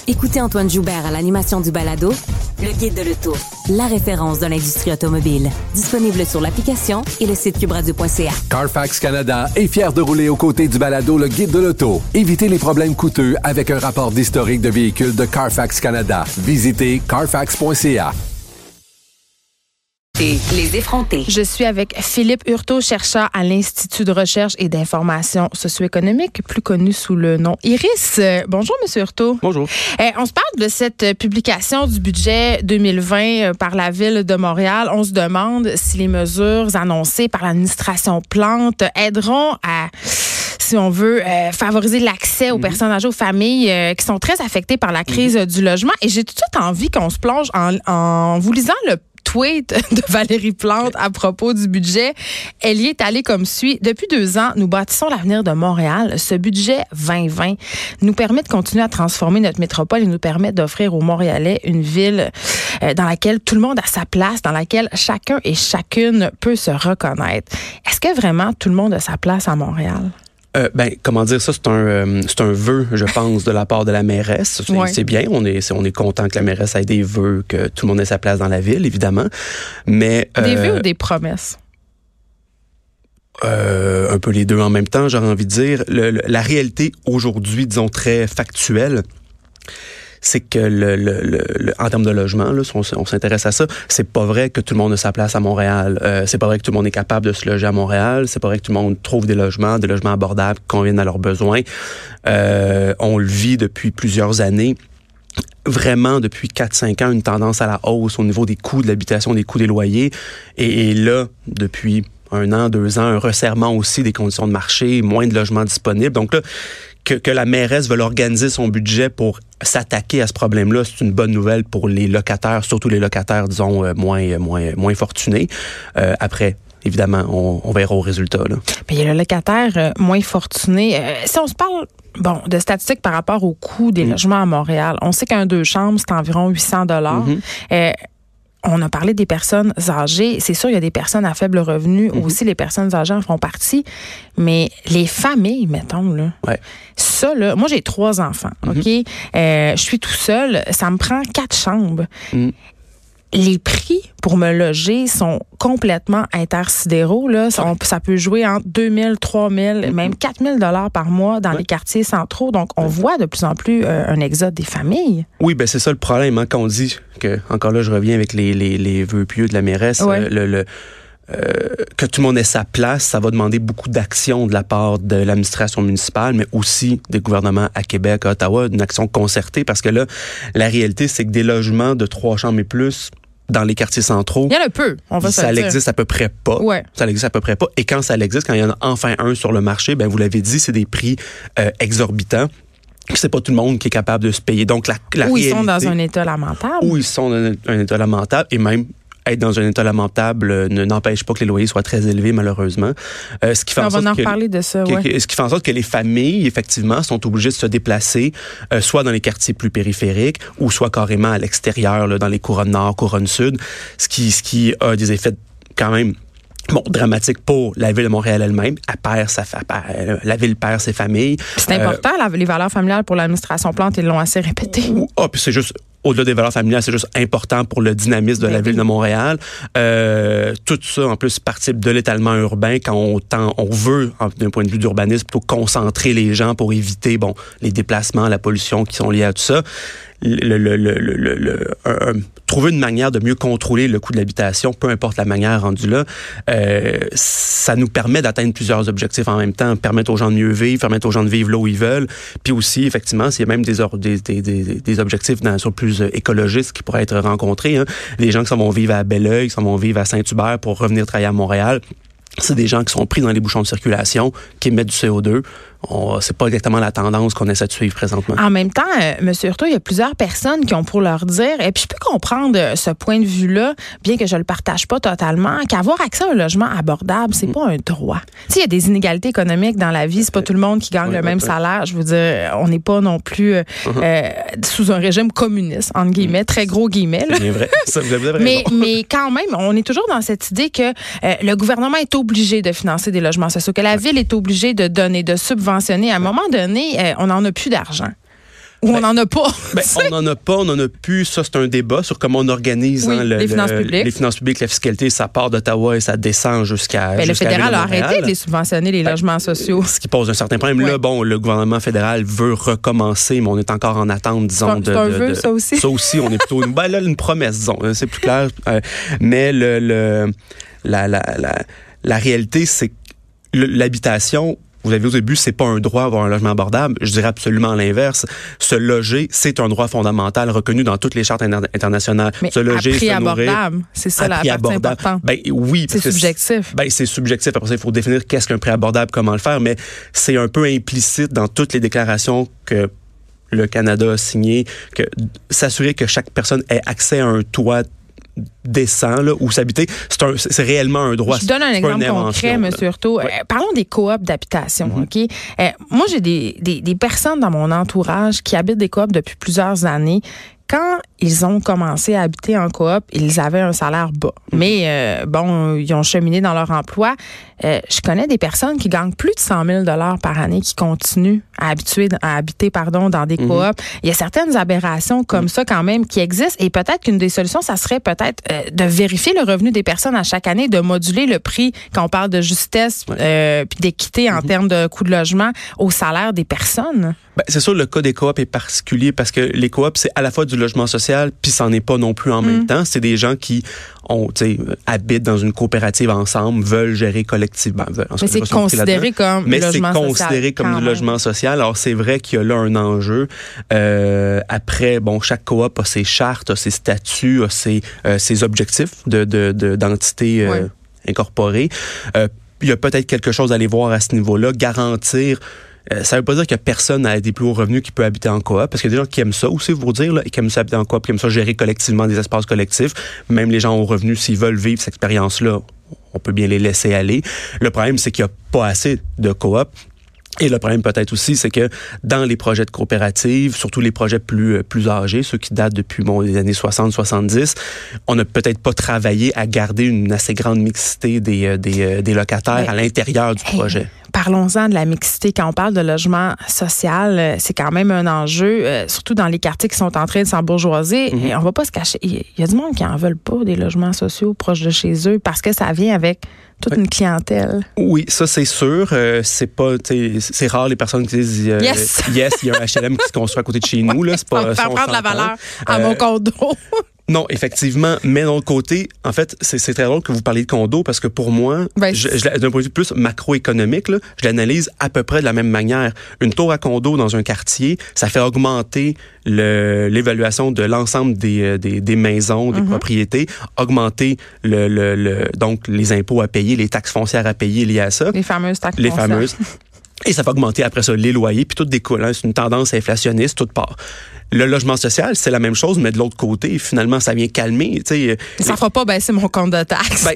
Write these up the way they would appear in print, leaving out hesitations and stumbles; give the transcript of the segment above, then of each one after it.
Écoutez Antoine Joubert à l'animation du balado Le Guide de l'auto, la référence de l'industrie automobile. Disponible sur l'application et le site cubradio.ca. Carfax Canada est fier de rouler aux côtés du balado Le Guide de l'auto. Évitez les problèmes coûteux avec un rapport d'historique de véhicules de Carfax Canada. Visitez carfax.ca. Les effrontés. Je suis avec Philippe Hurtaud, chercheur à l'Institut de recherche et d'information socio-économique, plus connu sous le nom IRIS. Bonjour, M. Hurtaud. Bonjour. On se parle de cette publication du budget 2020 par la Ville de Montréal. On se demande si les mesures annoncées par l'administration Plante aideront à, si on veut, favoriser l'accès aux personnes âgées, aux familles qui sont très affectées par la crise du logement. Et j'ai tout de suite envie qu'on se plonge en vous lisant le tweet de Valérie Plante à propos du budget. Elle y est allée comme suit. Depuis 2 ans, nous bâtissons l'avenir de Montréal. Ce budget 2020 nous permet de continuer à transformer notre métropole et nous permet d'offrir aux Montréalais une ville dans laquelle tout le monde a sa place, dans laquelle chacun et chacune peut se reconnaître. Est-ce que vraiment tout le monde a sa place à Montréal? Comment dire ça, c'est un vœu, je pense, de la part de la mairesse. C'est bien, on est content que la mairesse ait des vœux, que tout le monde ait sa place dans la ville, évidemment. Mais des vœux ou des promesses? Un peu les deux en même temps, j'aurais envie de dire. La réalité aujourd'hui, disons très factuelle, c'est que en termes de logement, là, si on s'intéresse à ça, c'est pas vrai que tout le monde a sa place à Montréal. C'est pas vrai que tout le monde est capable de se loger à Montréal. C'est pas vrai que tout le monde trouve des logements abordables qui conviennent à leurs besoins. On le vit depuis plusieurs années. Vraiment, depuis 4-5 ans, une tendance à la hausse au niveau des coûts de l'habitation, des coûts des loyers. Et là, depuis 1 an, 2 ans, un resserrement aussi des conditions de marché, moins de logements disponibles. Donc là, que la mairesse veut organiser son budget pour s'attaquer à ce problème-là, c'est une bonne nouvelle pour les locataires, surtout les locataires, disons, moins fortunés. Après, évidemment, on verra au résultat, là. Mais il y a le locataire moins fortuné. Si on se parle de statistiques par rapport au coût des logements à Montréal, on sait qu'un 2 chambres, c'est environ 800 $. On a parlé des personnes âgées. C'est sûr, il y a des personnes à faible revenu. Aussi, les personnes âgées en font partie. Mais les familles, mettons, là. Ouais. Ça, là, moi, j'ai 3 enfants, OK? Je suis tout seul. Ça me prend 4 chambres. Les prix pour me loger sont complètement intersidéraux, là. Ça peut jouer entre 2 000, 3 000, même 4 000 $ par mois dans les quartiers centraux. Donc, on voit de plus en plus un exode des familles. Oui, c'est ça le problème, hein, quand on dit que, encore là, je reviens avec les vœux pieux de la mairesse, que tout le monde ait sa place, ça va demander beaucoup d'action de la part de l'administration municipale, mais aussi des gouvernements à Québec, à Ottawa, une action concertée, parce que là, la réalité, c'est que des logements de 3 chambres et plus dans les quartiers centraux, il y en a peu, on va se dire. Ça l'existe à peu près pas. Ouais. Ça l'existe à peu près pas. Et quand ça l'existe, quand il y en a enfin un sur le marché, vous l'avez dit, c'est des prix exorbitants. C'est pas tout le monde qui est capable de se payer. Donc, la réalité, ils sont dans un état lamentable. Ou ils sont dans un état lamentable, et même être dans un état lamentable n'empêche pas que les loyers soient très élevés, malheureusement. Ce qui fait on va en reparler de ça, ce qui fait en sorte que les familles, effectivement, sont obligées de se déplacer, soit dans les quartiers plus périphériques, ou soit carrément à l'extérieur, là, dans les couronnes nord, couronnes sud, ce qui a des effets quand même dramatique pour la Ville de Montréal elle-même. La Ville perd ses familles. C'est important, les valeurs familiales pour l'administration Plante, ils l'ont assez répété. Puis c'est juste, au-delà des valeurs familiales, c'est juste important pour le dynamisme de la Ville de Montréal. Tout ça, en plus, participe de l'étalement urbain quand on veut, d'un point de vue d'urbanisme, plutôt concentrer les gens pour éviter, les déplacements, la pollution qui sont liés à tout ça. Trouver une manière de mieux contrôler le coût de l'habitation, peu importe la manière rendue là, ça nous permet d'atteindre plusieurs objectifs en même temps, permettre aux gens de mieux vivre, permettre aux gens de vivre là où ils veulent, puis aussi, effectivement, s'il y a même des objectifs sur plus écologistes qui pourraient être rencontrés, hein. Les gens qui s'en vont vivre à Belleuil, qui s'en vont vivre à Saint-Hubert pour revenir travailler à Montréal, c'est des gens qui sont pris dans les bouchons de circulation, qui émettent du CO2. C'est pas exactement la tendance qu'on essaie de suivre présentement. En même temps, M. Hurtaud, il y a plusieurs personnes qui ont pour leur dire, et puis je peux comprendre ce point de vue-là, bien que je le partage pas totalement, qu'avoir accès à un logement abordable, c'est pas un droit. Tu sais, il y a des inégalités économiques dans la vie, c'est pas tout le monde qui gagne le même salaire. Je veux dire, on n'est pas non plus sous un régime communiste, entre guillemets, très gros guillemets. Là. C'est vrai, ça, vous avez raison. Mais quand même, on est toujours dans cette idée que le gouvernement est obligé de financer des logements sociaux, que la ville est obligée de donner, de subventionner. À un moment donné, on n'en a plus d'argent. Ou on n'en a pas. On n'en a pas, on n'en a plus. Ça, c'est un débat sur comment on organise les finances publiques. Les finances publiques, la fiscalité, ça part d'Ottawa et ça descend jusqu'à le fédéral a arrêté de les subventionner, les logements sociaux. Ce qui pose un certain problème. Là, le gouvernement fédéral veut recommencer, mais on est encore en attente, disons. C'est un vœu, ça aussi? Ça aussi, on est plutôt une promesse, disons. C'est plus clair. Mais la réalité, c'est que l'habitation, vous avez vu au début, c'est pas un droit d'avoir un logement abordable. Je dirais absolument l'inverse. Se loger, c'est un droit fondamental reconnu dans toutes les chartes internationales. Mais se loger, à prix se nourrir, abordable, c'est ça la partie importante. Oui. C'est subjectif. C'est subjectif. Après ça, il faut définir qu'est-ce qu'un prix abordable, comment le faire, mais c'est un peu implicite dans toutes les déclarations que le Canada a signées, que s'assurer que chaque personne ait accès à un toit décent là, où s'habiter, c'est réellement un droit. Je donne un exemple concret, M. Hurtaud. Parlons des coops d'habitation. OK? Moi, j'ai des personnes dans mon entourage qui habitent des coops depuis plusieurs années. Quand ils ont commencé à habiter en coop, ils avaient un salaire bas. Mais ils ont cheminé dans leur emploi. Je connais des personnes qui gagnent plus de 100 000 $ par année qui continuent à habiter dans des coops. Il y a certaines aberrations comme ça quand même qui existent. Et peut-être qu'une des solutions, ça serait peut-être de vérifier le revenu des personnes à chaque année, de moduler le prix quand on parle de justesse puis d'équité en termes de coût de logement au salaire des personnes. C'est sûr, le cas des coops est particulier parce que les coops, c'est à la fois du logement social, puis c'en est pas non plus en même temps. C'est des gens qui habitent dans une coopérative ensemble, veulent gérer collectivement. Mais c'est considéré comme du logement social. Mais c'est considéré comme du logement social. Alors, c'est vrai qu'il y a là un enjeu. Après, chaque coop a ses chartes, a ses statuts, a ses objectifs d'entité incorporée. Il y a peut-être quelque chose à aller voir à ce niveau-là, garantir. Ça veut pas dire qu'il y a personne à des plus hauts revenus qui peut habiter en coop, parce qu'il y a des gens qui aiment ça aussi, vous dire, là, qui aiment ça habiter en coop, qui aiment ça gérer collectivement des espaces collectifs. Même les gens aux revenus, s'ils veulent vivre cette expérience-là, on peut bien les laisser aller. Le problème, c'est qu'il n'y a pas assez de coop. Et le problème peut-être aussi, c'est que dans les projets de coopératives, surtout les projets plus âgés, ceux qui datent depuis les années 60-70, on n'a peut-être pas travaillé à garder une assez grande mixité des locataires à l'intérieur du projet. Parlons-en de la mixité. Quand on parle de logement social, c'est quand même un enjeu, surtout dans les quartiers qui sont en train de s'embourgeoiser. Et on va pas se cacher. Il y a du monde qui en veulent pas des logements sociaux proches de chez eux parce que ça vient avec toute une clientèle. Oui, ça c'est sûr. C'est rare les personnes qui disent yes, il y a un HLM qui se construit à côté de chez nous. Là, c'est pas, ça va faire prendre la valeur à mon condo. Non, effectivement. Mais d'un autre côté, en fait, c'est très drôle que vous parliez de condo parce que pour moi, d'un point de vue plus macroéconomique, là, je l'analyse à peu près de la même manière. Une tour à condo dans un quartier, ça fait augmenter l'évaluation de l'ensemble des maisons, des propriétés, augmenter donc les impôts à payer, les taxes foncières à payer liées à ça. Les fameuses taxes foncières. Et ça va augmenter après ça les loyers, puis tout découle. C'est une tendance inflationniste, tout part. Le logement social, c'est la même chose, mais de l'autre côté, finalement, ça vient calmer. Ça fera pas baisser mon compte de taxes.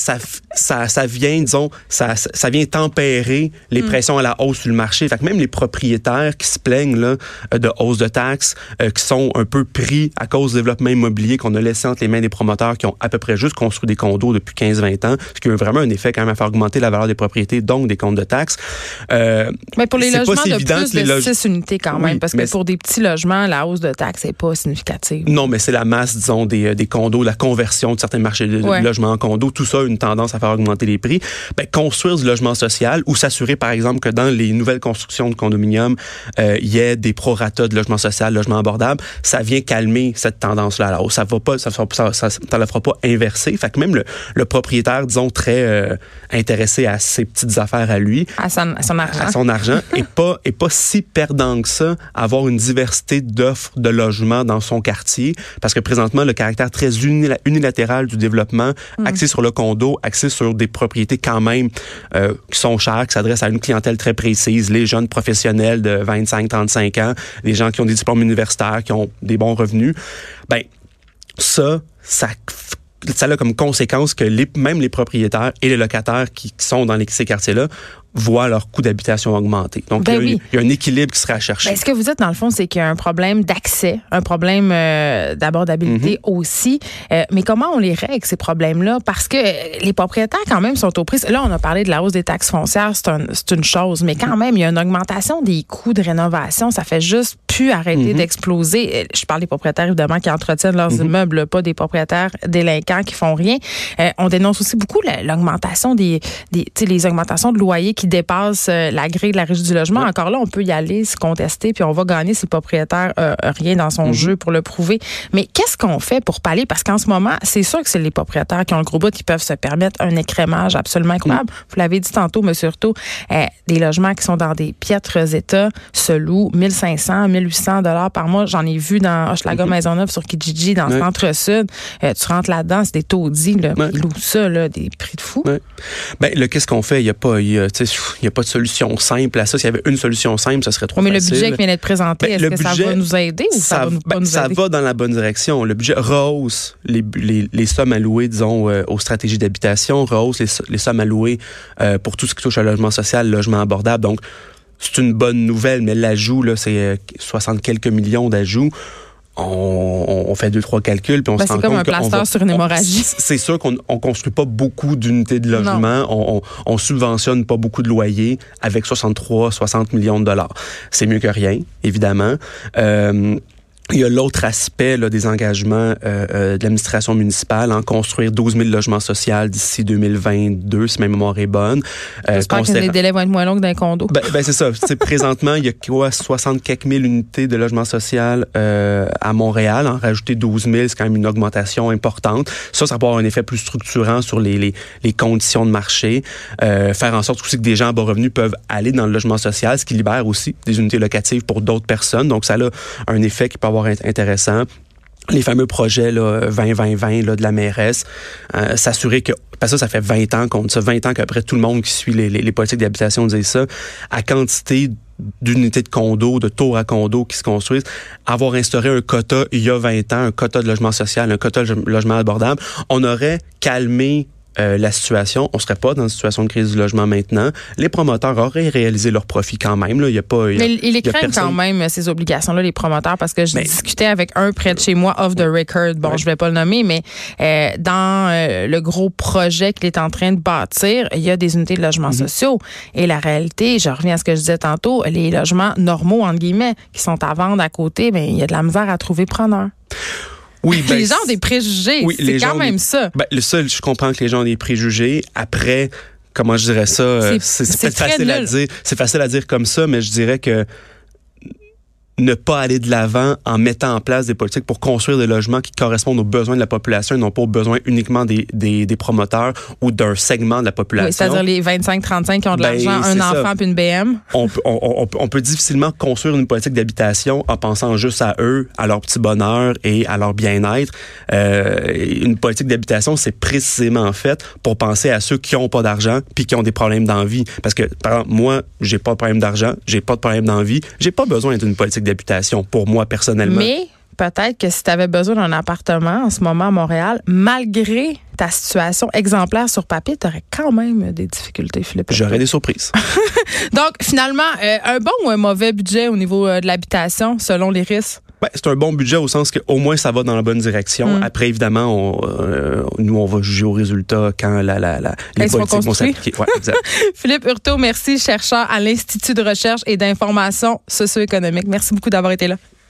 Ça vient, disons, ça vient tempérer les pressions à la hausse sur le marché. Fait que même les propriétaires qui se plaignent là, de hausse de taxes, qui sont un peu pris à cause du développement immobilier qu'on a laissé entre les mains des promoteurs qui ont à peu près juste construit des condos depuis 15-20 ans, ce qui a vraiment un effet quand même à faire augmenter la valeur des propriétés, donc des comptes de taxes. Mais pour les logements de plus de 6 unités quand même, parce que pour des petits logements, la hausse de taxes n'est pas significative. Non, mais c'est la masse, disons, des condos, la conversion de certains marchés de logements en condos, tout ça a une tendance à faire augmenter les prix. Construire du logement social ou s'assurer, par exemple, que dans les nouvelles constructions de condominiums, il y ait des prorata de logement social, logement abordable, ça vient calmer cette tendance-là. Alors, ça ne la fera pas inverser. Fait que même le propriétaire, disons, très intéressé à ses petites affaires à lui, à son argent, est pas si perdant que ça à avoir une diversité d'offres de logement dans son quartier, parce que présentement, le caractère très unilatéral du développement, axé sur le condo, axé sur des propriétés quand même qui sont chères, qui s'adressent à une clientèle très précise, les jeunes professionnels de 25-35 ans, les gens qui ont des diplômes universitaires, qui ont des bons revenus, ça a comme conséquence que même les propriétaires et les locataires qui sont dans ces quartiers-là voient leur coût d'habitation augmenter. Donc, il y a un équilibre qui sera à chercher. Ce que vous dites, dans le fond, c'est qu'il y a un problème d'accès, un problème d'abordabilité aussi. Mais comment on les règle, ces problèmes-là? Parce que les propriétaires, quand même, sont aux prises. Là, on a parlé de la hausse des taxes foncières, c'est une chose. Mais quand même, il y a une augmentation des coûts de rénovation. Ça fait juste plus arrêter d'exploser. Je parle des propriétaires, évidemment, qui entretiennent leurs immeubles, pas des propriétaires délinquants qui font rien. On dénonce aussi beaucoup l'augmentation les augmentations de loyers qui dépassent la grille de la Régie du logement. Encore là, on peut y aller, se contester, puis on va gagner si le propriétaire rien dans son jeu pour le prouver. Mais qu'est-ce qu'on fait pour pallier? Parce qu'en ce moment, c'est sûr que c'est les propriétaires qui ont le gros bout qui peuvent se permettre un écrémage absolument incroyable. Vous l'avez dit tantôt, M. Hurtaud, des logements qui sont dans des piètres états se louent 1500, 1800 $ par mois. J'en ai vu dans Hochelaga Maisonneuve sur Kijiji, dans le centre-sud. Tu rentres là-dedans, c'est des taudis là, qui louent ça, là, des prix de fou. Qu'est-ce qu'on fait? Il n'y a pas de solution simple à ça. S'il y avait une solution simple, ce serait trop facile. Mais le budget qui vient d'être présenté, est-ce que ça va nous aider ou ça va pas nous aider? Ça va dans la bonne direction. Le budget rehausse les sommes allouées, disons, aux stratégies d'habitation, rehausse les sommes allouées pour tout ce qui touche au logement social, logement abordable. Donc, c'est une bonne nouvelle, mais l'ajout, là, c'est 60 quelques millions d'ajouts. On fait 2-3 calculs, puis on se rend compte c'est comme un plaster sur une hémorragie. C'est sûr qu'on construit pas beaucoup d'unités de logement. On subventionne pas beaucoup de loyers avec 60 millions de dollars. C'est mieux que rien, évidemment. Il y a l'autre aspect là, des engagements de l'administration municipale, construire 12 000 logements sociaux d'ici 2022, si ma mémoire est bonne. J'espère que les délais vont être moins longs que d'un condo. C'est ça. Présentement, il y a 60 quelques mille unités de logements sociaux à Montréal. En rajouter 12 000, c'est quand même une augmentation importante. Ça peut avoir un effet plus structurant sur les conditions de marché. Faire en sorte aussi que des gens à bas revenus peuvent aller dans le logement social, ce qui libère aussi des unités locatives pour d'autres personnes. Donc, ça a un effet qui peut avoir intéressant. Les fameux projets là, 20-20-20 là, de la mairesse, s'assurer que, parce que ça fait 20 ans qu'on dit ça, 20 ans qu'après tout le monde qui suit les politiques d'habitation dit ça, à quantité d'unités de condos, de tours à condos qui se construisent, avoir instauré un quota il y a 20 ans, un quota de logement social, un quota de logement abordable, on aurait calmé la situation. On serait pas dans une situation de crise du logement maintenant. Les promoteurs auraient réalisé leur profit quand même. Là. Mais ils craignent quand même, ces obligations-là, les promoteurs, parce que je discutais avec un près de chez moi, off the record, je vais pas le nommer, mais dans le gros projet qu'il est en train de bâtir, il y a des unités de logements sociaux. Et la réalité, je reviens à ce que je disais tantôt, les logements normaux, entre guillemets, qui sont à vendre à côté, il y a de la misère à trouver preneur. Oui, les gens ont des préjugés, c'est quand même ça. Je comprends que les gens ont des préjugés. Après, comment je dirais ça? C'est peut-être facile à dire. C'est facile à dire comme ça, mais je dirais que ne pas aller de l'avant en mettant en place des politiques pour construire des logements qui correspondent aux besoins de la population et non pas aux besoins uniquement des promoteurs ou d'un segment de la population. Oui, c'est-à-dire les 25-35 qui ont de l'argent, un enfant puis une BM. On peut difficilement construire une politique d'habitation en pensant juste à eux, à leur petit bonheur et à leur bien-être. Une politique d'habitation, c'est précisément faite pour penser à ceux qui n'ont pas d'argent puis qui ont des problèmes d'envie. Parce que, par exemple, moi, j'ai pas de problème d'argent, j'ai pas de problème d'envie, j'ai pas besoin d'une politique d'habitation pour moi personnellement. Mais peut-être que si tu avais besoin d'un appartement en ce moment à Montréal, malgré ta situation exemplaire sur papier, tu aurais quand même des difficultés, Philippe. J'aurais des surprises. Donc, finalement, un bon ou un mauvais budget au niveau de l'habitation, selon les risques? C'est un bon budget au sens qu'au moins ça va dans la bonne direction. Après, évidemment, nous, on va juger au résultat quand les politiques vont s'appliquer. Ouais, exact. Philippe Hurtaud, merci, chercheur à l'Institut de recherche et d'information socio-économique. Merci beaucoup d'avoir été là.